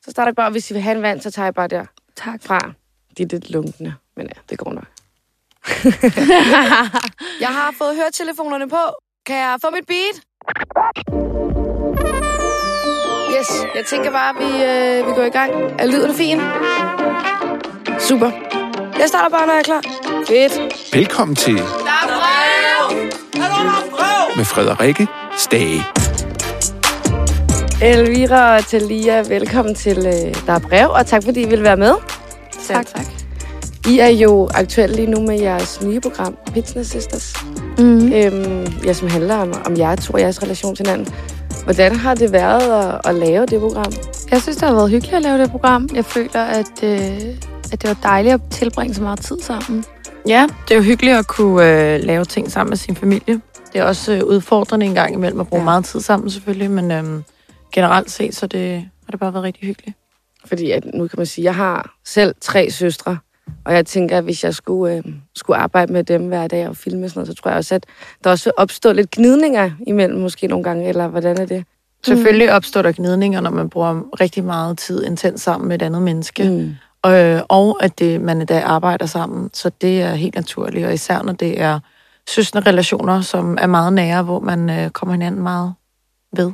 Så starter jeg bare, hvis I vil have en vand, så tager jeg bare der. Tak. Fra. De er lidt lunkne, men ja, det går nok. Jeg har fået høretelefonerne på. Kan jeg få mit beat? Yes, jeg tænker bare, at vi går i gang. Er lyden fin? Super. Jeg starter bare, når jeg er klar. Fedt. Velkommen til Der er brev! med Frederikke Stage. Elvira og Talia, velkommen til Der er brev, og tak fordi I vil være med. Tak. I er jo aktuelle lige nu med jeres nye program, Pitsner Sisters. Som handler om jer to og jeres relation til hinanden. Hvordan har det været at lave det program? Jeg synes, det har været hyggeligt at lave det program. Jeg føler, at det var dejligt at tilbringe så meget tid sammen. Ja, det er jo hyggeligt at kunne lave ting sammen med sin familie. Det er også udfordrende en gang imellem at bruge meget tid sammen selvfølgelig, men generelt set, så har det bare været rigtig hyggeligt. Fordi at, nu kan man sige, at jeg har selv 3 søstre, og jeg tænker, at hvis jeg skulle arbejde med dem hver dag og filme sådan noget, så tror jeg også, at der også vil opstå lidt gnidninger imellem måske nogle gange, eller hvordan er det? Selvfølgelig opstår der gnidninger, når man bruger rigtig meget tid intens sammen med et andet menneske. Og at man i dag arbejder sammen, så det er helt naturligt, og især når det er søskende-relationer, som er meget nære, hvor man kommer hinanden meget ved.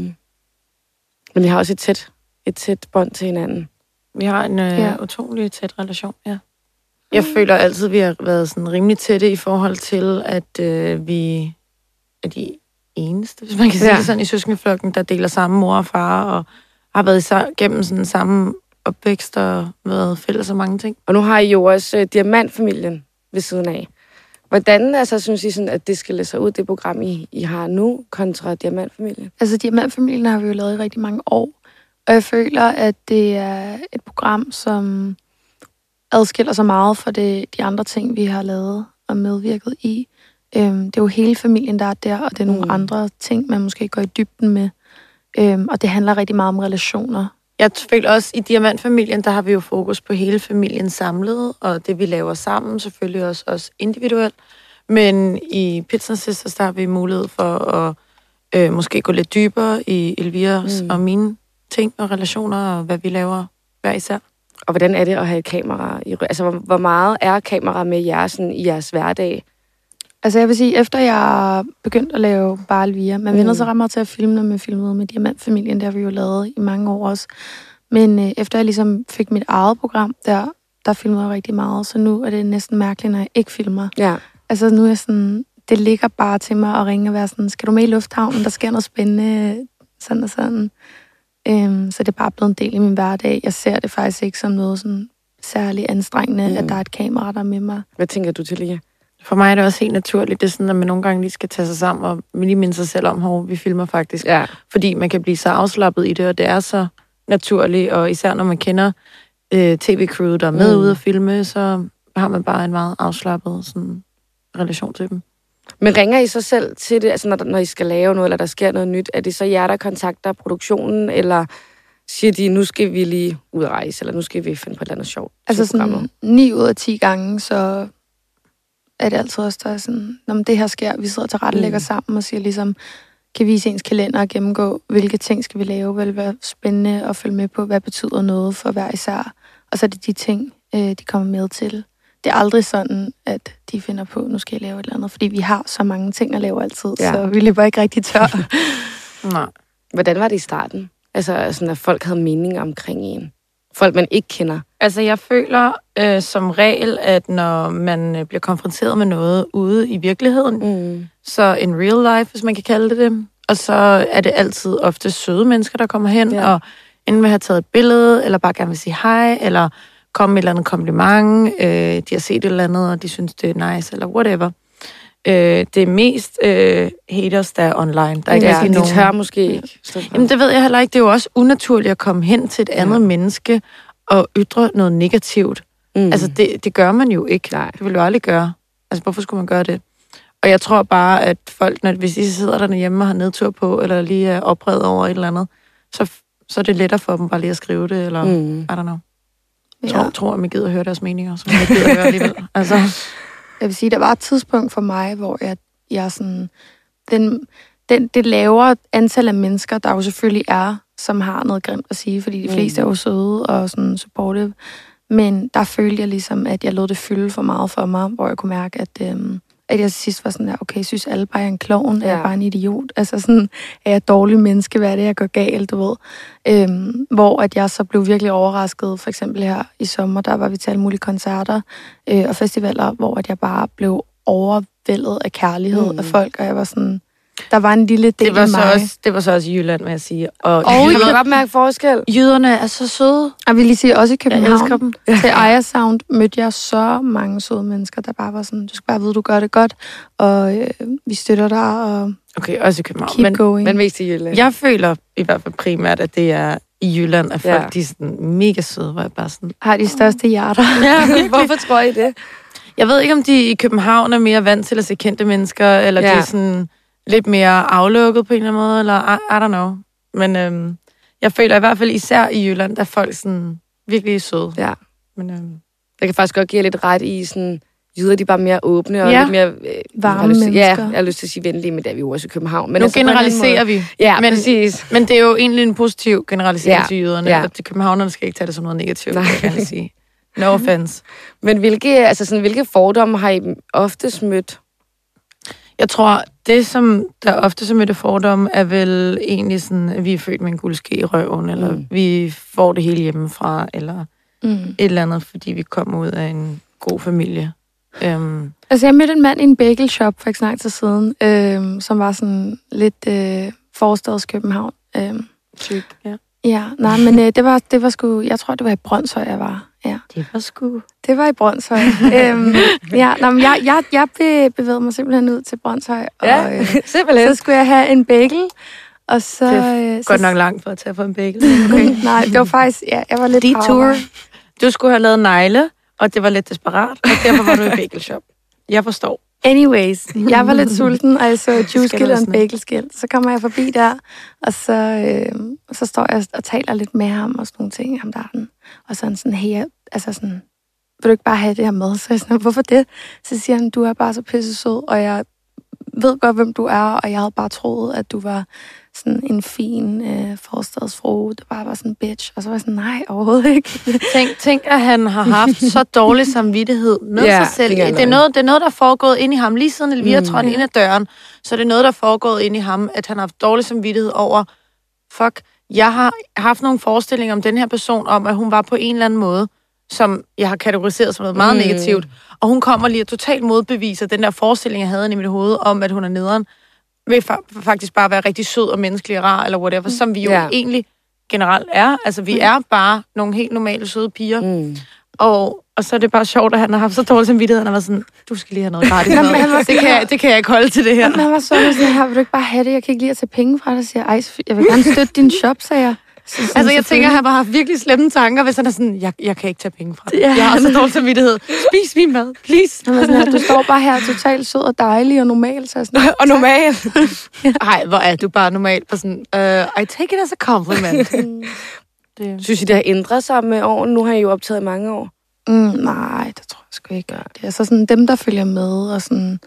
Men I har også et tæt bånd til hinanden. Vi har en utrolig tæt relation, ja. Jeg føler altid, at vi har været sådan rimelig tætte i forhold til, at vi er de eneste, hvis man kan sige det sådan, i søskendeflokken, der deler samme mor og far, og har været gennem sådan samme opvækst og været fælles og mange ting. Og nu har I jo også diamantfamilien ved siden af. Hvordan synes I, sådan, at det skal læse sig ud, det program, I har nu, kontra diamantfamilien? Altså, diamantfamilien har vi jo lavet i rigtig mange år, og jeg føler, at det er et program, som adskiller sig meget fra de andre ting, vi har lavet og medvirket i. Det er jo hele familien, der er der, og det er nogle andre ting, man måske går i dybden med. Og det handler rigtig meget om relationer. Jeg føler også, i diamantfamilien, der har vi jo fokus på hele familien samlet, og det vi laver sammen, selvfølgelig også individuelt. Men i Pitsner Sisters, der har vi mulighed for at måske gå lidt dybere i Elviras og mine ting og relationer, og hvad vi laver hver især. Og hvordan er det at have et kamera? Altså, hvor meget er kamera med jer sådan, i jeres hverdag? Altså, jeg vil sige, efter jeg begyndte at lave bare Elvira, man vender sig ret meget til at filme, når man filmede med diamantfamilien, det har vi jo lavet i mange år også. Men efter jeg ligesom fik mit eget program, der filmede jeg rigtig meget, så nu er det næsten mærkeligt, når jeg ikke filmer. Ja. Altså, nu er jeg sådan, det ligger bare til mig at ringe og være sådan, skal du med i lufthavnen, der sker noget spændende, sådan og sådan. Så det er bare blevet en del i min hverdag. Jeg ser det faktisk ikke som noget sådan særlig anstrengende, at der er et kamera, der er med mig. Hvad tænker du til, Lia? For mig er det også helt naturligt. Det er sådan, at man nogle gange lige skal tage sig sammen og lige minde sig selv om, hvor vi filmer faktisk. Ja. Fordi man kan blive så afslappet i det, og det er så naturligt. Og især når man kender tv-crewet, der er med ude at filme, så har man bare en meget afslappet sådan, relation til dem. Men ringer I så selv til det, altså når I skal lave noget, eller der sker noget nyt? Er det så jer, der kontakter produktionen, eller siger de, nu skal vi lige ud at rejse, eller nu skal vi finde på et eller andet sjovt? Altså sådan 9 ud af 10 gange, så er det altid også, der er sådan, når det her sker, vi sidder til rettelægger sammen og siger ligesom, kan vise ens kalender og gennemgå, hvilke ting skal vi lave, hvad vil være spændende at følge med på, hvad betyder noget for hver især, og så er det de ting, de kommer med til. Det er aldrig sådan, at de finder på, nu skal jeg lave et eller andet, fordi vi har så mange ting at lave altid, så vi løber ikke rigtig tør. Nej. Hvordan var det i starten? Altså sådan, at folk havde meninger omkring en. Folk, man ikke kender. Altså, jeg føler som regel, at når man bliver konfronteret med noget ude i virkeligheden, så en real life, hvis man kan kalde det, og så er det altid ofte søde mennesker, der kommer hen, og enten vil have taget et billede, eller bare gerne vil sige hej, eller komme med et eller andet kompliment, de har set et eller andet, og de synes, det er nice, eller whatever. Det er mest haters, der er online. Der er ikke de tør måske ikke. Jamen, det ved jeg heller ikke. Det er jo også unaturligt at komme hen til et andet menneske og ytre noget negativt. Altså, det gør man jo ikke. Nej. Det vil du aldrig gøre. Altså, hvorfor skulle man gøre det? Og jeg tror bare, at folk, hvis de sidder derhjemme og har nedtur på, eller lige er oprevet over et eller andet, så er det lettere for dem bare lige at skrive det, eller I don't know. Jeg tror, at man gider at høre deres meninger, som man gider at høre alligevel. Altså. Jeg vil sige, der var et tidspunkt for mig, hvor jeg sådan... det lavere antal af mennesker, der jo selvfølgelig er, som har noget grimt at sige, fordi de fleste er jo søde og sådan supportive. Men der følte jeg ligesom, at jeg lod det fylde for meget for mig, hvor jeg kunne mærke, at jeg til sidst var sådan der, okay, synes alle bare, jeg er en klovn, er jeg bare en idiot? Altså sådan, er jeg et dårligt menneske, hvad er det, jeg gør galt, du ved? Hvor at jeg så blev virkelig overrasket, for eksempel her i sommer, der var vi til alle mulige koncerter og festivaler, hvor at jeg bare blev overvældet af kærlighed af folk, og jeg var sådan, der var en lille del af mig. Det var så også i Jylland, vil jeg sige. Og I kan godt mærke forskel. Jyderne er så søde. Jeg vil lige sige, også i København, til Aya Sound mødte jeg så mange søde mennesker, der bare var sådan, du skal bare vide, du gør det godt, og vi støtter dig, og okay, også i København. keep going. Men mest i Jylland. Jeg føler i hvert fald primært, at det er i Jylland, at folk de er sådan mega søde, hvor jeg bare sådan... Har de største hjerter. Ja, hvorfor tror I det? Jeg ved ikke, om de i København er mere vant til at se kendte mennesker, eller de er sådan lidt mere aflukket på en eller anden måde, eller I don't know. Men jeg føler i hvert fald især i Jylland, der er folk sådan virkelig søde. Ja. Men, jeg kan faktisk godt give lidt ret i sådan... Jyder, de er bare mere åbne og lidt mere... varme mennesker. Ja, jeg har lyst til at sige venlige, men det er vi jo også i København. Men nu altså, generaliserer vi. Ja, præcis. Men det er jo egentlig en positiv generalisering til jyderne, ja. og til københavnerne skal ikke tage det som noget negativt, kan jeg sige. No offense. Men hvilke fordomme har I oftest mødt? Jeg tror, det som der oftest mødte fordomme, er vel egentlig sådan, at vi er født med en guldske i røven, eller vi får det hele hjemmefra, eller et eller andet, fordi vi kommer ud af en god familie. Altså, jeg mødte en mand i en bagelshop for ikke snart til siden, som var sådan lidt forstads København. Tyk, ja. Ja, nej, men det var sgu... Jeg tror, det var i Brønshøj, jeg var. Ja. Det var i Brønshøj. Jeg bevægede mig simpelthen ud til Brønshøj. Ja, og, simpelthen. Så skulle jeg have en bagel. Og så... Det er godt nok langt for at tage for en bagel. Okay. Nej, det var faktisk... Ja, jeg var lidt detour. Du skulle have lavet negle, og det var lidt desperat, og derfor var du i bagelshop. Jeg forstår. Anyways, jeg var lidt sulten, og jeg så et juiceskilt og en bagelskilt. Så kommer jeg forbi der, og så står jeg og taler lidt med ham og sådan nogle ting om dagen. Og så er han sådan, hey, altså sådan, vil du ikke bare have det her med? Så jeg sådan, hvorfor det? Så siger han, du er bare så pisse sød, og jeg ved godt, hvem du er, og jeg havde bare troet, at du var sådan en fin forstadsfrue. Det bare var sådan en bitch. Og så var jeg sådan, nej, overhovedet ikke. Tænk, at han har haft så dårlig samvittighed med sig selv. Det er noget, der er foregået ind i ham. Lige siden Elvira trådte ind ad døren, så er det noget, der er foregået ind i ham, at han har haft dårlig samvittighed over, fuck, jeg har haft nogle forestillinger om den her person, om at hun var på en eller anden måde, som jeg har kategoriseret som noget meget negativt. Og hun kommer lige og totalt modbeviser den der forestilling, jeg havde inde i mit hoved, om at hun er nederen, vil faktisk bare være rigtig sød og menneskelig og rar, eller whatever, som vi jo egentlig generelt er. Altså, vi er bare nogle helt normale, søde piger. Og så er det bare sjovt, at han har haft så dårlig samvittighed, han har været sådan, du skal lige have noget gratis mad. Det kan jeg ikke holde til det her. Men han var sådan her, vil du ikke bare have det? Jeg kan ikke lide at tage penge fra dig. Så siger jeg vil gerne støtte din shop, sagde jeg. Altså, jeg tænker, at han har haft virkelig slemme tanker, hvis han er sådan, jeg kan ikke tage penge fra dig. Jeg har så dårlig samvittighed. Spis min mad, please. Du står bare her totalt sød og dejlig og normal. Så sådan, og normal. Ej, hvor er du bare normal på sådan, I take it as a compliment. Synes I, det har ændret sig med årene? Nu har I jo optaget i mange år. Nej, det tror jeg sgu ikke. Det er så sådan dem, der følger med og sådan,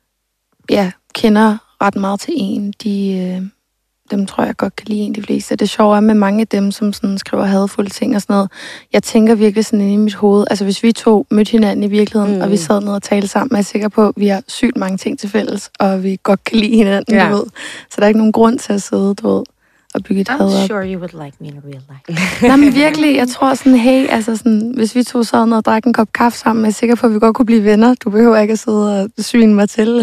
kender ret meget til en, dem tror jeg godt kan lide en de fleste. Det sjove er med mange af dem, som sådan skriver hadfulde ting og sådan noget. Jeg tænker virkelig sådan inde i mit hoved, altså hvis vi to mødte hinanden i virkeligheden, og vi sad ned og talte sammen, er jeg sikker på, at vi har sygt mange ting til fælles, og vi godt kan lide hinanden, du ved. Så der er ikke nogen grund til at sidde, du ved, og bygge et had op. I'm sure you would like me in real life. Nej, men virkelig, jeg tror sådan, hey, altså sådan, hvis vi to sad ned og drak en kop kaffe sammen, er jeg sikker på, at vi godt kunne blive venner. Du behøver ikke at sidde og svine mig til.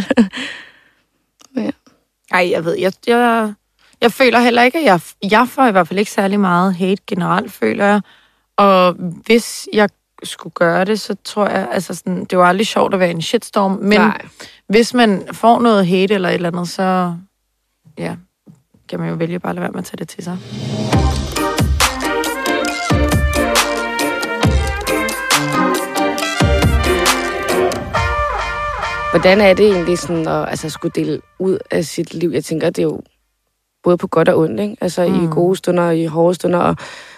Ej, jeg ved, jeg føler heller ikke, at jeg får i hvert fald ikke særlig meget hate generelt, føler jeg. Og hvis jeg skulle gøre det, så tror jeg, altså sådan, det er jo aldrig sjovt at være en shitstorm, men hvis man får noget hate eller et eller andet, så kan man jo vælge bare at lade være med at tage det til sig. Hvordan er det egentlig sådan at skulle dele ud af sit liv? Jeg tænker, det er jo både på godt og ondt, ikke? Altså i gode stunder og i hårde stunder,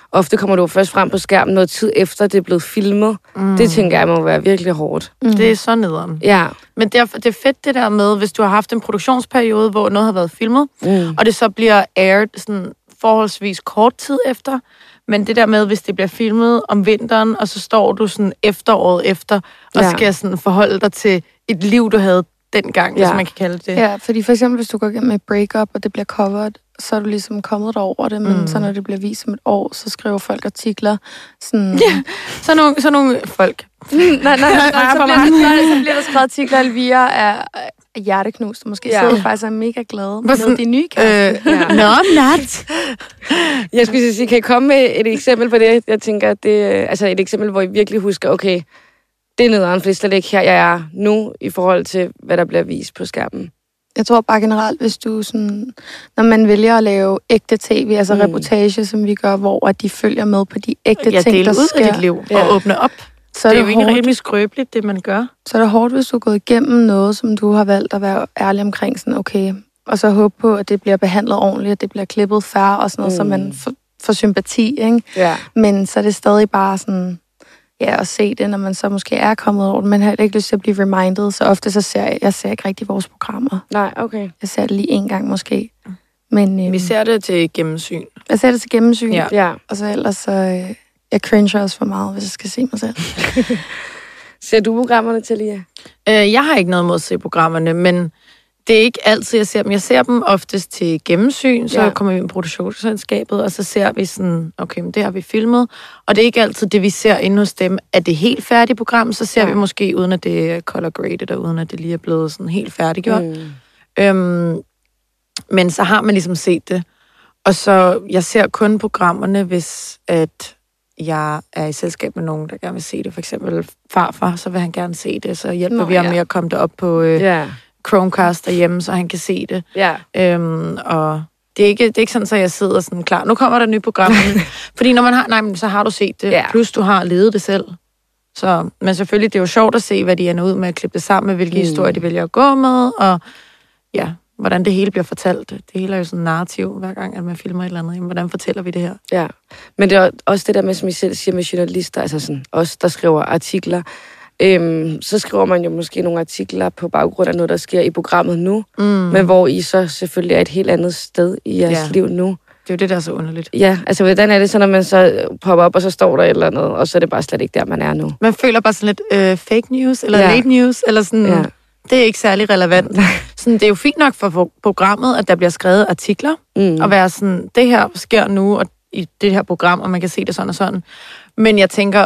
ofte kommer du først frem på skærmen noget tid efter, det er blevet filmet. Det tænker jeg må være virkelig hårdt. Det er så nederen. Ja. Men derfor, det er fedt det der med, hvis du har haft en produktionsperiode, hvor noget har været filmet, og det så bliver aired sådan forholdsvis kort tid efter. Men det der med, hvis det bliver filmet om vinteren, og så står du sådan efteråret efter, og skal sådan forholde dig til et liv, du havde dengang, hvis man kan kalde det. Ja, fordi for eksempel, hvis du går igennem et breakup, og det bliver covered, så er du ligesom kommet over det, men så når det bliver vist om et år, så skriver folk artikler. Sådan... Ja, så nogle folk. Så bliver der skrevet artikler, Elvira er hjerteknust, og måske sidder du faktisk og er mega glad med de nye kæreste. Nat. Jeg skulle sige, kan I komme med et eksempel på det? Jeg tænker, at det altså et eksempel, hvor I virkelig husker, okay, det er nederen, for det er slet ikke her, jeg er nu, i forhold til, hvad der bliver vist på skærmen. Jeg tror bare generelt, hvis du sådan, når man vælger at lave ægte tv, altså reportage, som vi gør, hvor at de følger med på de ægte ting, der sker. ud af dit liv og åbne op. Så det er jo ikke rimelig skrøbeligt, det man gør. Så er det hårdt, hvis du er gået igennem noget, som du har valgt at være ærlig omkring, sådan okay, og så håbe på, at det bliver behandlet ordentligt, at det bliver klippet fair og sådan noget, så man får sympati, ikke? Ja. Men så er det stadig bare sådan, ja, at se det, når man så måske er kommet over det. Man har ikke lyst til at blive reminded, så ofte så ser jeg ser ikke rigtig vores programmer. Nej, okay. Jeg ser det lige en gang måske. Men, vi ser det til gennemsyn. Jeg ser det til gennemsyn, ja. Og så ellers så... jeg cringer også for meget, hvis jeg skal se mig selv. Ser du programmerne, Talia? Jeg har ikke noget mod at se programmerne, men det er ikke altid, jeg ser dem. Jeg ser dem oftest til gennemsyn, så kommer vi i produktionsselskabet, og så ser vi sådan, okay, men det har vi filmet. Og det er ikke altid det, vi ser inde hos dem, at det er helt færdigt program, så ser vi måske, uden at det er color graded, og uden at det lige er blevet sådan helt færdiggjort. Men så har man ligesom set det. Og så, jeg ser kun programmerne, hvis at jeg er i selskab med nogen, der gerne vil se det. For eksempel farfar, så vil han gerne se det. Så hjælper vi ham med at komme derop på Chromecast derhjemme, så han kan se det. Ja. Og det er ikke sådan, at jeg sidder sådan klar. Nu kommer der et nyt program. Fordi når man har, så har du set det. Plus du har levet det selv. Så, men selvfølgelig, det er jo sjovt at se, hvad de ender ud med at klippe det sammen med, hvilke historier de vælger at gå med. Og ja, hvordan det hele bliver fortalt. Det hele er jo sådan en narrativ, hver gang, at man filmer et eller andet. Jamen, hvordan fortæller vi det her? Ja, men det er også det der med, som I selv siger med journalister, altså sådan os, der skriver artikler. Så skriver man jo måske nogle artikler på baggrund af noget, der sker i programmet nu, men hvor I så selvfølgelig er et helt andet sted i jeres liv nu. Det er jo det, der er så underligt. Ja, altså hvordan er det så, når man så popper op, og så står der et eller andet, og så er det bare slet ikke der, man er nu? Man føler bare sådan lidt fake news, eller late news, eller sådan... Ja. Det er ikke særlig relevant. Sådan, det er jo fint nok for programmet, at der bliver skrevet artikler, og være sådan, det her sker nu, og i det her program, og man kan se det sådan og sådan. Men jeg tænker,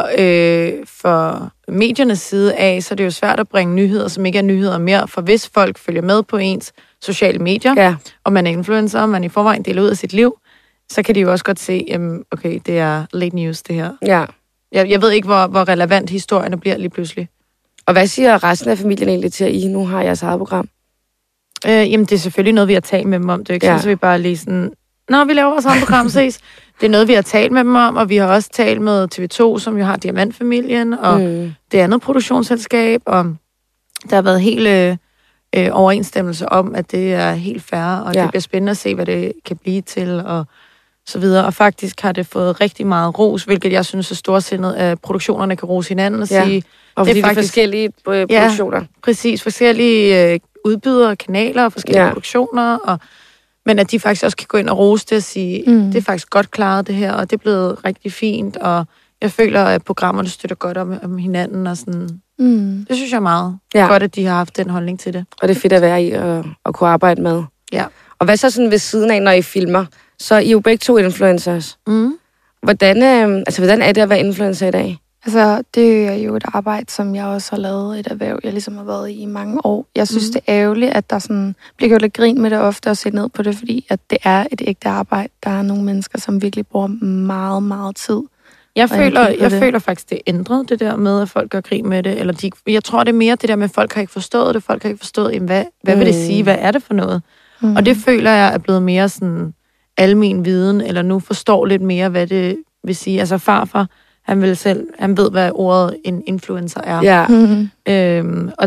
for mediernes side af, så er det jo svært at bringe nyheder, som ikke er nyheder mere, for hvis folk følger med på ens sociale medier, og man er influencer, og man i forvejen deler ud af sit liv, så kan de jo også godt se, okay, det er late news, det her. Ja. Jeg ved ikke, hvor relevant historierne bliver lige pludselig. Og hvad siger resten af familien egentlig til, at I nu har jeres eget program? Jamen, det er selvfølgelig noget, vi har talt med dem om. Det er ikke så vi bare lige sådan, nå, vi laver vores eget program, ses. Det er noget, vi har talt med dem om, og vi har også talt med TV2, som jo har Diamantfamilien, og det andet produktionsselskab, og der har været helt overensstemmelse om, at det er helt fair, og det bliver spændende at se, hvad det kan blive til, og så videre. Og faktisk har det fået rigtig meget ros, hvilket jeg synes er storsindet, at produktionerne kan rose hinanden og sige... Og fordi det er faktisk forskellige produktioner. Ja, præcis. Forskellige udbydere, kanaler og forskellige produktioner. Men at de faktisk også kan gå ind og rose det og sige, det er faktisk godt klaret det her, og det er blevet rigtig fint. Og jeg føler, at programmerne støtter godt om hinanden. Og sådan. Det synes jeg er meget godt, at de har haft den holdning til det. Og det er fedt at være i og kunne arbejde med. Ja. Og hvad så sådan ved siden af, når I filmer? Så er I jo begge to influencers. Hvordan er det at være influencer i dag? Altså, det er jo et arbejde, som jeg også har lavet, et erhverv, jeg ligesom har været i mange år. Jeg synes, det er ærgerligt, at der sådan bliver gjort lidt grin med det ofte og set ned på det, fordi at det er et ægte arbejde. Der er nogle mennesker, som virkelig bruger meget, meget tid. Jeg føler faktisk, det er ændret, det der med, at folk gør grin med det. Eller jeg tror, det er mere det der med, at folk har ikke forstået det. Folk har ikke forstået, hvad vil det sige? Hvad er det for noget? Og det føler jeg er blevet mere sådan almen viden, eller nu forstår lidt mere, hvad det vil sige. Altså farfar, han ved, hvad ordet en influencer er. Ja.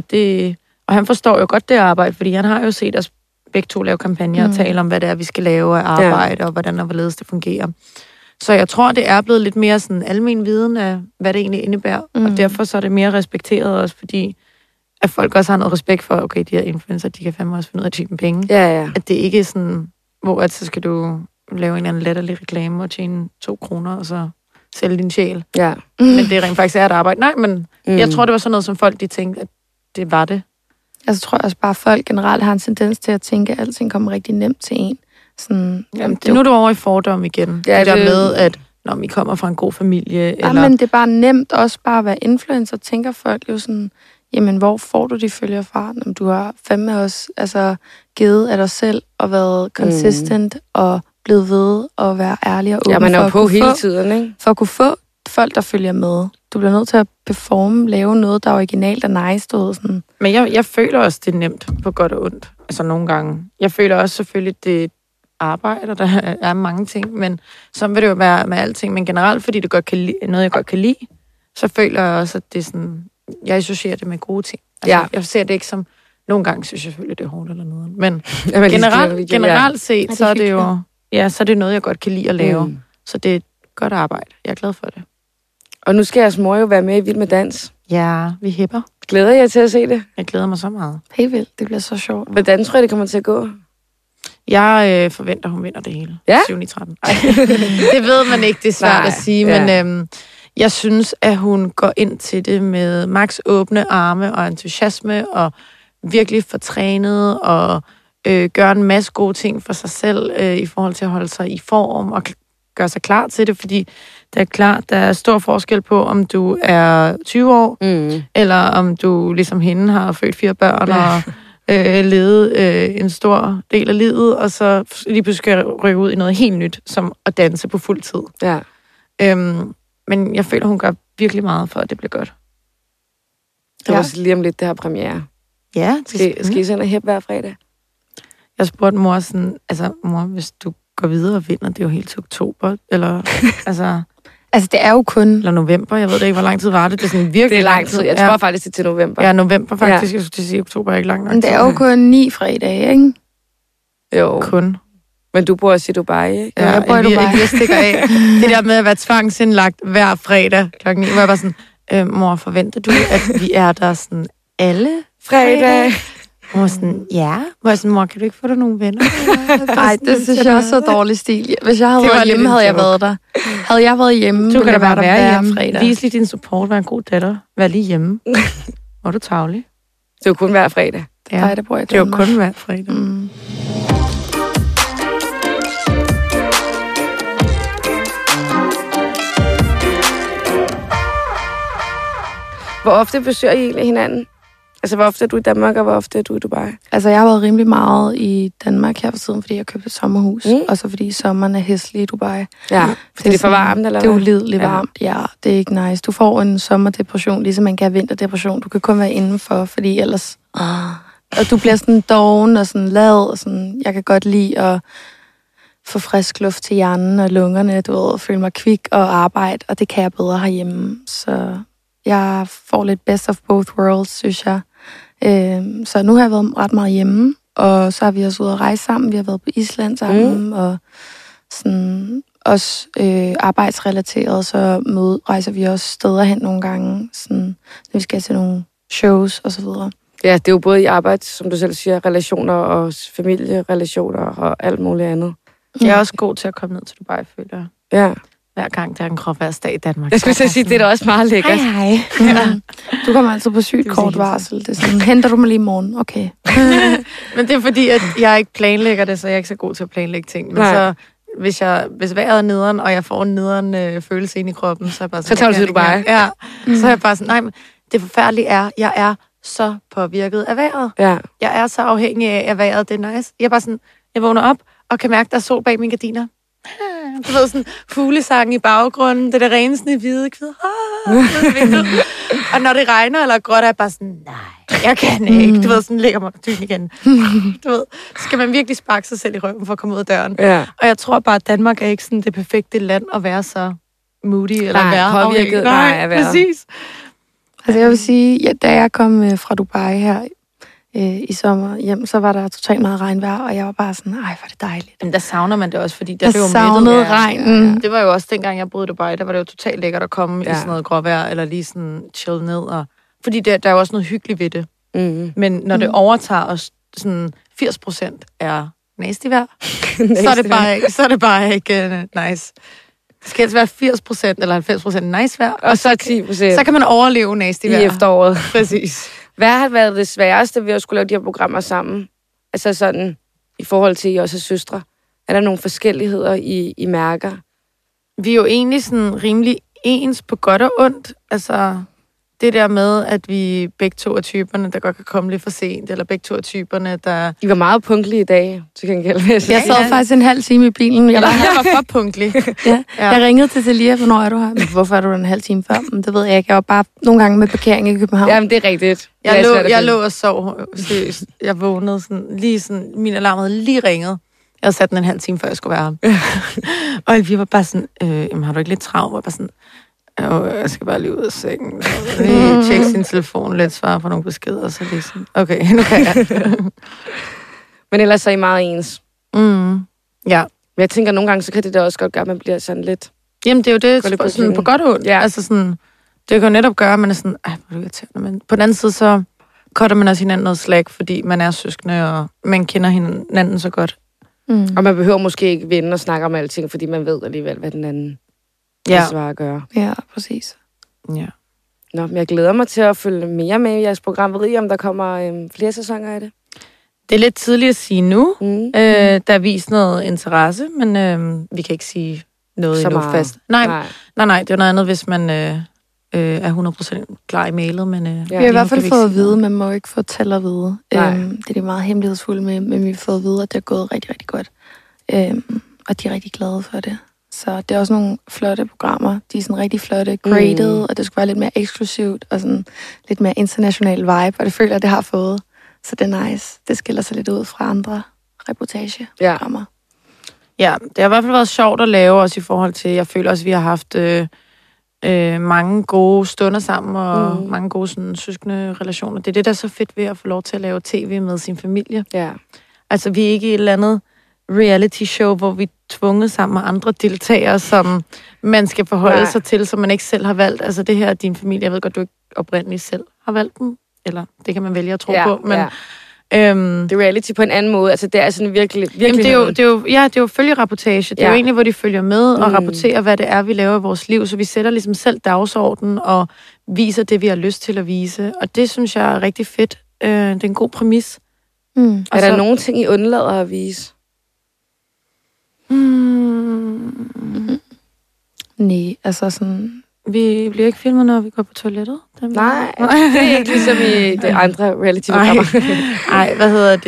Og han forstår jo godt det arbejde, fordi han har jo set os begge to lave kampagner og tale om, hvad det er, vi skal lave af arbejde, og hvordan og hvorledes det fungerer. Så jeg tror, det er blevet lidt mere sådan almen viden af, hvad det egentlig indebærer. Og derfor så er det mere respekteret også, fordi at folk også har noget respekt for, okay, de her influencer, de kan fandme også finde ud af at tjene penge. Ja. At det ikke er sådan, hvor at så skal du lave en eller anden latterlig reklame og tjene 2 kroner, og så sælge din sjæl. Ja. Men det rent faktisk er et arbejde. Nej, men jeg tror, det var sådan noget, som folk de tænkte, at det var det. Altså, tror jeg også bare, at folk generelt har en tendens til at tænke, at alting kommer rigtig nemt til en. Sådan, Jamen, nu er du over i fordom igen. Ja, det der med, at når I kommer fra en god familie. Ja, eller... men det er bare nemt også bare at være influencer. Tænker folk jo sådan, jamen, hvor får du de følgere fra? Jamen, du har fandme også givet af dig selv og været consistent og blevet ved at være ærlig og åben. Ja, man er jo på hele tiden, ikke? For at kunne få folk, der følger med. Du bliver nødt til at performe, lave noget, der er originalt og nice, du ved sådan. Men jeg føler også, det er nemt på godt og ondt. Altså nogle gange. Jeg føler også selvfølgelig, det arbejde, og der er mange ting, men så vil det jo være med alting. Men generelt, fordi det godt kan noget, jeg godt kan lide, så føler jeg også, at det er sådan, jeg associerer det med gode ting. Altså, jeg ser det ikke som, nogle gange synes jeg selvfølgelig, det er hårdt eller noget. Men generelt set, så er det jo, så er det noget, jeg godt kan lide at lave. Så det er et godt arbejde. Jeg er glad for det. Og nu skal jeres mor jo være med i Vild med Dans. Ja, vi hæpper. Glæder jeg til at se det? Jeg glæder mig så meget. Helt vildt, det bliver så sjovt. Hvordan tror jeg, det kommer til at gå? Jeg forventer, hun vinder det hele. Ja? 7-13. Det ved man ikke, det er svært at sige, men jeg synes, at hun går ind til det med max åbne arme og entusiasme, og virkelig får trænet og gør en masse gode ting for sig selv i forhold til at holde sig i form og gøre sig klar til det, fordi det er klart, der er stor forskel på, om du er 20 år, eller om du ligesom hende har født 4 børn og levet en stor del af livet, og så lige pludselig skal jeg rykke ud i noget helt nyt, som at danse på fuld tid. Ja. Men jeg føler, hun gør virkelig meget for, at det bliver godt. Det var også lige om lidt, det her premiere. Ja, skal I sådan en hæb hver fredag? Jeg spurgte mor sådan, altså mor, hvis du går videre og vinder, det er jo helt til oktober, eller altså... Altså, det er jo kun... Eller november, jeg ved ikke, hvor lang tid var det. Det er sådan virkelig det er lang tid. Jeg tror faktisk, det er til november. Ja, november faktisk. Jeg skulle sige, oktober er ikke lang nok. Men det er jo kun 9 fredage, ikke? Jo. Kun. Men du bor også i Dubai, ikke? Ja, jeg bor i Dubai. Jeg stikker af. Det der med at være tvangsindlagt hver fredag klokken 9, hvor jeg bare sådan, mor, forventer du, at vi er der sådan alle fredag? Mor sådan, ja. Hvor jeg sådan, mor, kan du ikke få dig nogle venner? Nej, det synes jeg også så dårlig stil. Hvis jeg havde været hjemme, havde jeg været der. Havde jeg været hjemme, du kan da bare være hjemme. Fredag. Vis lige din support, vær en god datter. Vær lige hjemme. Hvor er du tavlig? Det er jo kun hver fredag. Ja, nej, det bor jeg. Det er jo kun hver fredag. Hvor ofte besøger I egentlig hinanden? Altså, hvor ofte er du i Danmark, og hvor ofte er du i Dubai? Altså, jeg har været rimelig meget i Danmark her for tiden, fordi jeg købte et sommerhus. Og så fordi sommeren er hæslig i Dubai. Ja, fordi det er for varmt, eller hvad? Det er ulideligt varmt, ja. Det er ikke nice. Du får en sommerdepression, ligesom man kan have vinterdepression. Du kan kun være indenfor, fordi ellers... Og du bliver sådan doven og sådan lad, og sådan... Jeg kan godt lide at få frisk luft til hjernen og lungerne, du ved, føle mig kvik og arbejde, og det kan jeg bedre herhjemme. Så jeg får lidt best of both worlds, synes jeg. Så nu har jeg været ret meget hjemme, og så har vi også ude at rejse sammen. Vi har været på Island sammen, og sådan også arbejdsrelateret, så rejser vi også steder hen nogle gange, sådan, når vi skal til nogle shows og så videre. Ja, det er jo både i arbejde, som du selv siger, relationer og familierelationer og alt muligt andet. Jeg er også god til at komme ned til Dubai, føler jeg. Ja. Hver gang der er en gråværsdag i Danmark. Jeg skulle sige, det er da også meget lækkert. Hej. Ja. Du kommer altså på sygt kort varsel. Det er sådan, henter du mig lige i morgen? Okay. Men det er fordi, at jeg ikke planlægger det, så jeg er ikke så god til at planlægge ting. Men så, hvis vejret er nederen, og jeg får en nederen følelse ind i kroppen, så er jeg bare sådan... Så tager du til Dubai. Ja. Så er jeg bare sådan, nej, men det forfærdelige er, jeg er så påvirket af vejret. Ja. Jeg er så afhængig af, at vejret det er nice. Jeg er bare sådan, jeg vågner op og kan mærke, der er sol bag mine gardiner. Du ved, sådan fuglesang i baggrunden, det der rensende hvide kvide. Og når det regner eller gråt, er jeg bare sådan, nej, jeg kan ikke. Du ved, sådan ligger mig på dynen igen. Du ved, skal man virkelig sparke sig selv i røven for at komme ud af døren. Ja. Og jeg tror bare, at Danmark er ikke sådan det perfekte land at være så moody eller være påvirket. Nej, præcis. Altså jeg vil sige, da jeg kom fra Dubai her, i sommer hjem, så var der totalt meget regnvejr, og jeg var bare sådan, ej, hvor er det dejligt. Men der savner man det også, fordi der Jeg blev jo savnede mættet. regnen. Ja. Det var jo også dengang, jeg boede i Dubai, der var det jo totalt lækkert at komme i sådan noget gråvejr, eller lige sådan chill ned. Fordi der er jo også noget hyggeligt ved det. Mm. Men når det overtager os, sådan 80% er nasty vejr, så er det bare ikke nice. Det skal altså være 80% eller 90% nice vejr, og så 10%. Så kan man overleve nasty vejr. I efteråret. Præcis. Hvad har været det sværeste ved at skulle lave de her programmer sammen? Altså sådan, i forhold til I også er søstre. Er der nogle forskelligheder, I mærker? Vi er jo egentlig sådan rimelig ens på godt og ondt. Altså, det der med, at vi begge to er typerne, der godt kan komme lidt for sent, eller begge to er typerne, der... I var meget punktlige i dag, til gengæld. Jeg sad faktisk en halv time i bilen. Jeg var for punktlig. Ja. Jeg ringede til Talia, hvornår er du her? Men hvorfor er du der en halv time før? Men det ved jeg ikke. Jeg var bare nogle gange med parkering i København. Jamen, det er rigtigt. Jeg lå og sov. Seriøst. Jeg vågnede sådan, min alarm havde lige ringet. Jeg havde sat den en halv time, før jeg skulle være her. Og vi var bare sådan, har du ikke lidt travlt? Jeg var bare sådan, jeg skal bare lige ud af sengen. Lige tjekke sin telefon, lidt svare på nogle beskeder, og så lige sådan, okay, nu kan jeg. Men ellers så er I meget ens. Ja. Men jeg tænker, nogle gange, så kan det da også godt gøre, at man bliver sådan lidt... Jamen, det er jo det, sådan, på godt og ondt. Ja. Altså sådan, det kan jo netop gøre, at man er sådan, hvor er det irriterende. Men på den anden side, så cutter man også hinanden noget slack, fordi man er søskende, og man kender hinanden så godt. Og man behøver måske ikke vende og snakke om alting, fordi man ved alligevel, hvad den anden kan svare at gøre. Ja, præcis. Ja. Nå, men jeg glæder mig til at følge mere med i jeres program. Ved I, om der kommer flere sæsoner af det? Det er lidt tidligt at sige nu. Der er vist noget interesse, men vi kan ikke sige noget så endnu meget. fast. Nej, det er noget andet, hvis man er 100% klar i mailet. Men, vi har i hvert fald fået at vide, man må ikke fortælle at vide. Det er det meget hemmelighedsfulde med, men vi har fået at vide, at det er gået rigtig, rigtig godt. Og de er rigtig glade for det. Så det er også nogle flotte programmer. De er sådan rigtig flotte, graded, og det skal være lidt mere eksklusivt, og sådan lidt mere international vibe, og det føler jeg, det har fået. Så det er nice. Det skiller sig lidt ud fra andre reportageprogrammer. Ja, det har i hvert fald været sjovt at lave, også i forhold til, jeg føler også, at vi har haft mange gode stunder sammen, og mange gode sådan, søskende relationer. Det er det, der er så fedt ved at få lov til at lave tv med sin familie. Ja. Altså, vi er ikke i et eller andet reality show, hvor vi er tvunget sammen med andre deltagere, som man skal forholde sig til, som man ikke selv har valgt. Altså, det her er din familie. Jeg ved godt, du ikke oprindeligt selv har valgt dem. Eller det kan man vælge at tro på. Men, det er reality på en anden måde. Altså, det er sådan virkelig jamen, det er jo følgereportage. Det er jo egentlig, hvor de følger med og rapporterer, hvad det er, vi laver i vores liv. Så vi sætter ligesom selv dagsordenen og viser det, vi har lyst til at vise. Og det synes jeg er rigtig fedt. Det er en god præmis. Er der nogle ting, I undlader at vise? Nej, altså sådan... Vi bliver ikke filmet, når vi går på toilettet. Nej, det er ikke ligesom i de andre reality-programmer. Nej, hvad hedder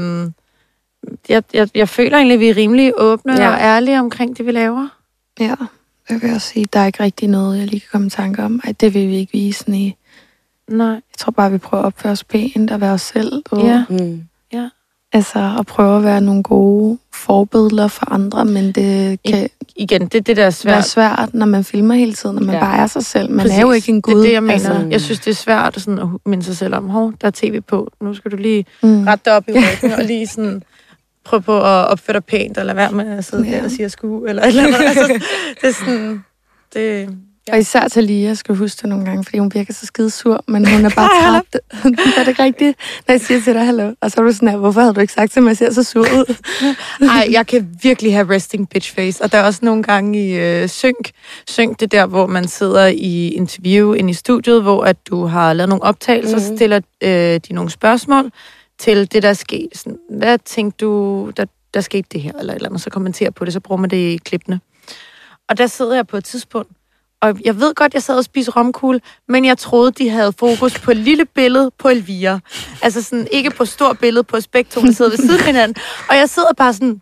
det? Jeg føler egentlig, at vi er rimelig åbne og ærlige omkring det, vi laver. Ja, jeg vil også sige, der er ikke rigtig noget, jeg lige kan komme i tanke om. Ej, det vil vi ikke vise i. Nej. Jeg tror bare, vi prøver at opføre os pænt og være os selv. Og, ja. Altså, at prøve at være nogle gode forbilleder for andre, men det kan igen, det der er svært. Være svært, når man filmer hele tiden, når man bare er sig selv. Man præcis. Er jo ikke en gud. Det er det, jeg mener. Altså, jeg synes, det er svært sådan at minde sig selv om, der er tv på, nu skal du lige rette dig op i ryggen, og lige sådan prøve på at opføre dig pænt, eller lade være med at sidde der og sige skue, eller et eller andet. Altså, det er sådan... Og især Talia, skal du huske det nogle gange, fordi hun virker så skide sur, men hun er bare træt. Er det rigtigt, når jeg siger til dig hallo? Og så er du sådan her, hvorfor havde du ikke sagt til mig, at jeg ser så sur ud? Ej, jeg kan virkelig have resting bitch face, og der er også nogle gange i synk. Synk, det der, hvor man sidder i interview inde i studiet, hvor at du har lavet nogle optagelser, så stiller de nogle spørgsmål til det, der er sket. Sådan, hvad tænkte du, der skete det her, eller et eller andet, så kommenterer på det, så bruger man det i klippene. Og der sidder jeg på et tidspunkt, og jeg ved godt, jeg sad og spiste romkugle, men jeg troede, de havde fokus på et lille billede på Elvira. Altså sådan, ikke på et stort billede på spektrum, der sidder ved siden af hinanden. Og jeg sidder bare sådan...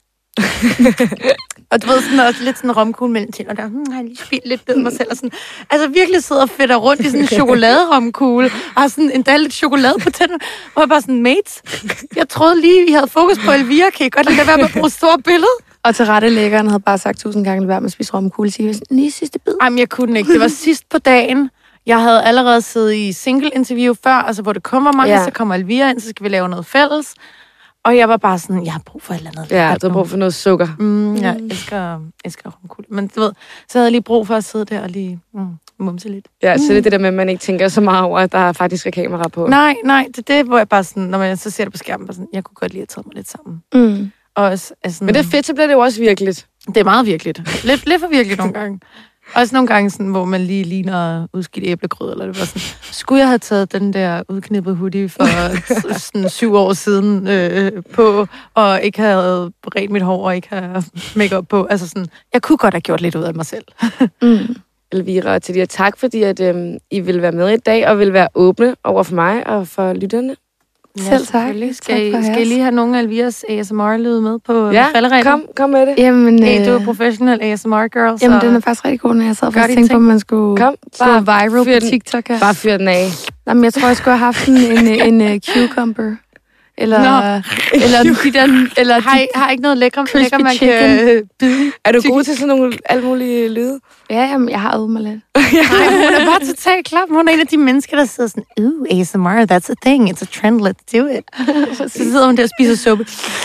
og du ved, sådan også lidt sådan romkugle mellem til, og der har jeg lige spildt lidt ned mig selv. Og sådan, altså virkelig sidder og fedter rundt i sådan en chokoladeromkugle, og har sådan endda lidt chokolade på tænderne. Og jeg bare sådan, mates, jeg troede lige, vi havde fokus på Elvira. Kan I godt lade være med at bruge et stort billede? Og til rettelæggeren havde bare sagt 1000 gange, at være med at spise romkugle. Så jeg var sådan, lige sidste bid. Jamen, jeg kunne ikke. Det var sidst på dagen. Jeg havde allerede siddet i single-interview før, altså hvor det kun var mig, så kommer Elvira ind, så skal vi lave noget fælles. Og jeg var bare sådan, jeg har brug for et eller andet. Ja, du har brug for noget sukker. Jeg elsker romkugle. Men du ved, så havde jeg lige brug for at sidde der og lige mumse lidt. Ja, så det er det der med, at man ikke tænker så meget over, at der faktisk er kamera på. Nej, det er det, hvor jeg bare sådan, når man så ser det på skærmen, bare sådan, jeg kunne godt lige have taget mig lidt sammen. Og også, altså, men det er fedt, så bliver det jo også virkeligt. Det er meget virkeligt. Lidt for virkeligt nogle gange. Også nogle gange, sådan, hvor man lige ligner udskidt æblegrød, eller det var sådan, skulle jeg have taget den der udknippede hoodie for sådan 7 år siden på, og ikke have rent mit hår, og ikke have make-up på. Altså sådan, jeg kunne godt have gjort lidt ud af mig selv. Elvira og Tadia, tak fordi, at I vil være med i dag, og vil være åbne over for mig og for lytterne. Ja, selv tak. Skal I lige have nogle af Elviras ASMR-lyde med på ja, falderæben? Kom med det. Jamen, du er professional ASMR-girl. Jamen, den er faktisk rigtig god, når jeg sad og tænkte på, at man skulle gå viral på TikTok her. Bare fyr den af. Jamen, jeg tror, jeg skulle have haft en cucumber. Eller de der... Eller har ikke noget lækker man chicken. Kan bide. Er du god til sådan nogle alt mulige lyde? Ja, jamen, jeg har øvet mig lidt. Nej, hun er bare totalt klap. Hun er en af de mennesker, der sidder sådan, ASMR, that's a thing, it's a trend, let's do it. Så sidder hun der og spiser suppe.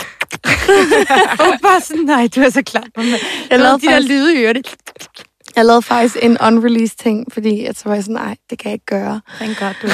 Og bare sådan, nej, du er så klap. Jeg lavede de der lyde i ørerne. Jeg lavede faktisk en unreleased ting, fordi jeg var sådan, nej, det kan jeg ikke gøre. Thank God, du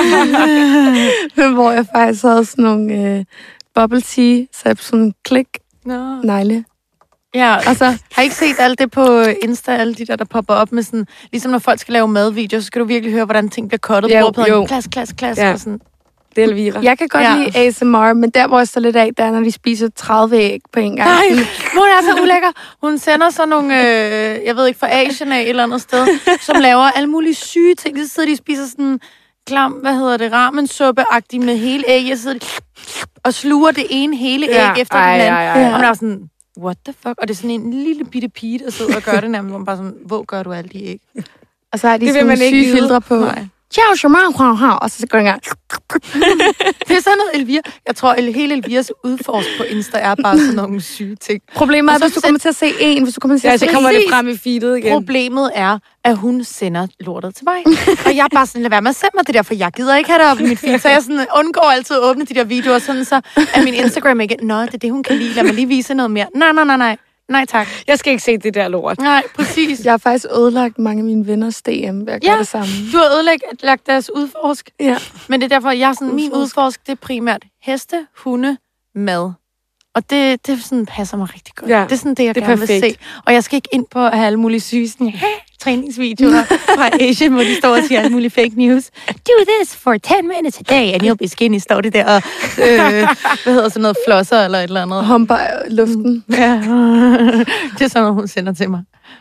men hvor jeg faktisk havde sådan nogle bubble tea, så jeg sådan klik, negle. Ja, og så har I ikke set alt det på Insta, alle de der popper op med sådan, ligesom når folk skal lave madvideoer, så skal du virkelig høre, hvordan ting bliver cuttet. Jo. Klask, ja. og sådan. Det er Elvira. Jeg kan godt lide ASMR, men der hvor jeg står lidt af, der er, når de spiser 30 æg på en gang. Nej, hun er så ulækker. Hun sender så nogle, jeg ved ikke, fra Asien af et eller andet sted, som laver alle mulige syge ting. Så sidder de og spiser sådan klam, ramensuppe-agtigt med hele æg. Jeg sidder og sluger det ene hele æg efter den anden. Og man er sådan, what the fuck? Og det er sådan en lille bitte pige, der sidder og gør det nærmest. Hvor man bare sådan, hvor gør du alle de æg? Og så har de sådan nogle syge filtre på. Nej. Og så går det gang. Det er sådan noget Elvira. Jeg tror, at hele Elviras udforsk på Insta er bare sådan nogle syge ting. Problemet er, hvis du kommer til at se så kommer det frem i feedet igen. Problemet er, at hun sender lortet til mig. Og jeg er bare sådan, lad være med at sende mig det der, for jeg gider ikke have det op i mit feed. Så jeg sådan undgår altid at åbne de der videoer, sådan så at min Instagram ikke, det er det, hun kan lide. Lad mig lige vise noget mere. Nej, tak. Jeg skal ikke se det der lort. Nej, præcis. Jeg har faktisk ødelagt mange af mine venners DM ved at gøre det samme. Du har ødelagt deres udforsk. Ja. Men det er derfor, jeg er sådan, min udforsk, det er primært heste, hunde, mad. Og det sådan passer mig rigtig godt. Ja, det er sådan det, jeg gerne vil se. Og jeg skal ikke ind på at have alle mulige syge træningsvideoer fra Asien, hvor de står og siger alle mulige fake news. Do this for 10 minutes a day, and you'll be skinny, står det der. Og, hvad hedder sådan noget, flosser eller et eller andet. Humper luften. Ja, det er sådan noget, hun sender til mig.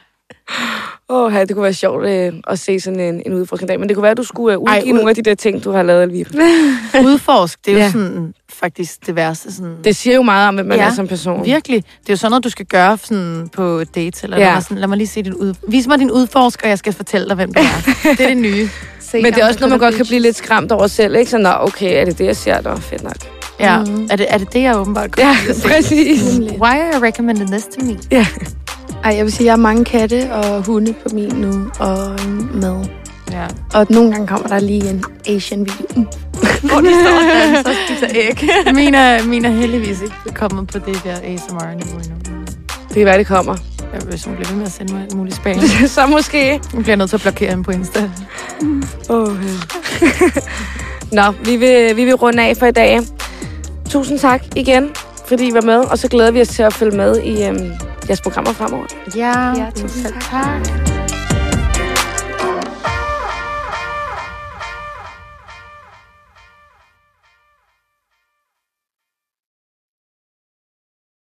Det kunne være sjovt at se sådan en udforskning dag. Men det kunne være, at du skulle udgive nogle af de der ting, du har lavet, Elvira. Udforsk, det er jo sådan faktisk det værste. Sådan. Det siger jo meget om, hvem man er som person. Virkelig. Det er jo sådan noget, du skal gøre sådan på dates. Eller sådan, lad mig lige se vis mig din udforsk, og jeg skal fortælle dig, hvem du er. Det er det nye. Men det er også noget, man godt kan blive lidt skræmt over selv. Ikke? Så okay, er det det, jeg siger? Det fedt nok. Ja, er det det, jeg åbenbart kommer til at se? Præcis. Why are you recommending this to me? Ja. Ej, jeg vil sige, jeg har mange katte og hunde på min nu, og mad. Ja. Og nogle gange kommer der lige en Asian-video. Hvor de står og danser og spiser æg. Min er heldigvis ikke kommet på det der ASMR-niveau endnu. Det kan være, det kommer. Hvis hun bliver ved med at sende mig alt muligt spam. Så måske. Hun bliver nødt til at blokere hende på Insta. Nå, vi vil runde af for i dag. Tusind tak igen, fordi I var med. Og så glæder vi os til at følge med i jeres programmer fremover. Ja, tusind tak.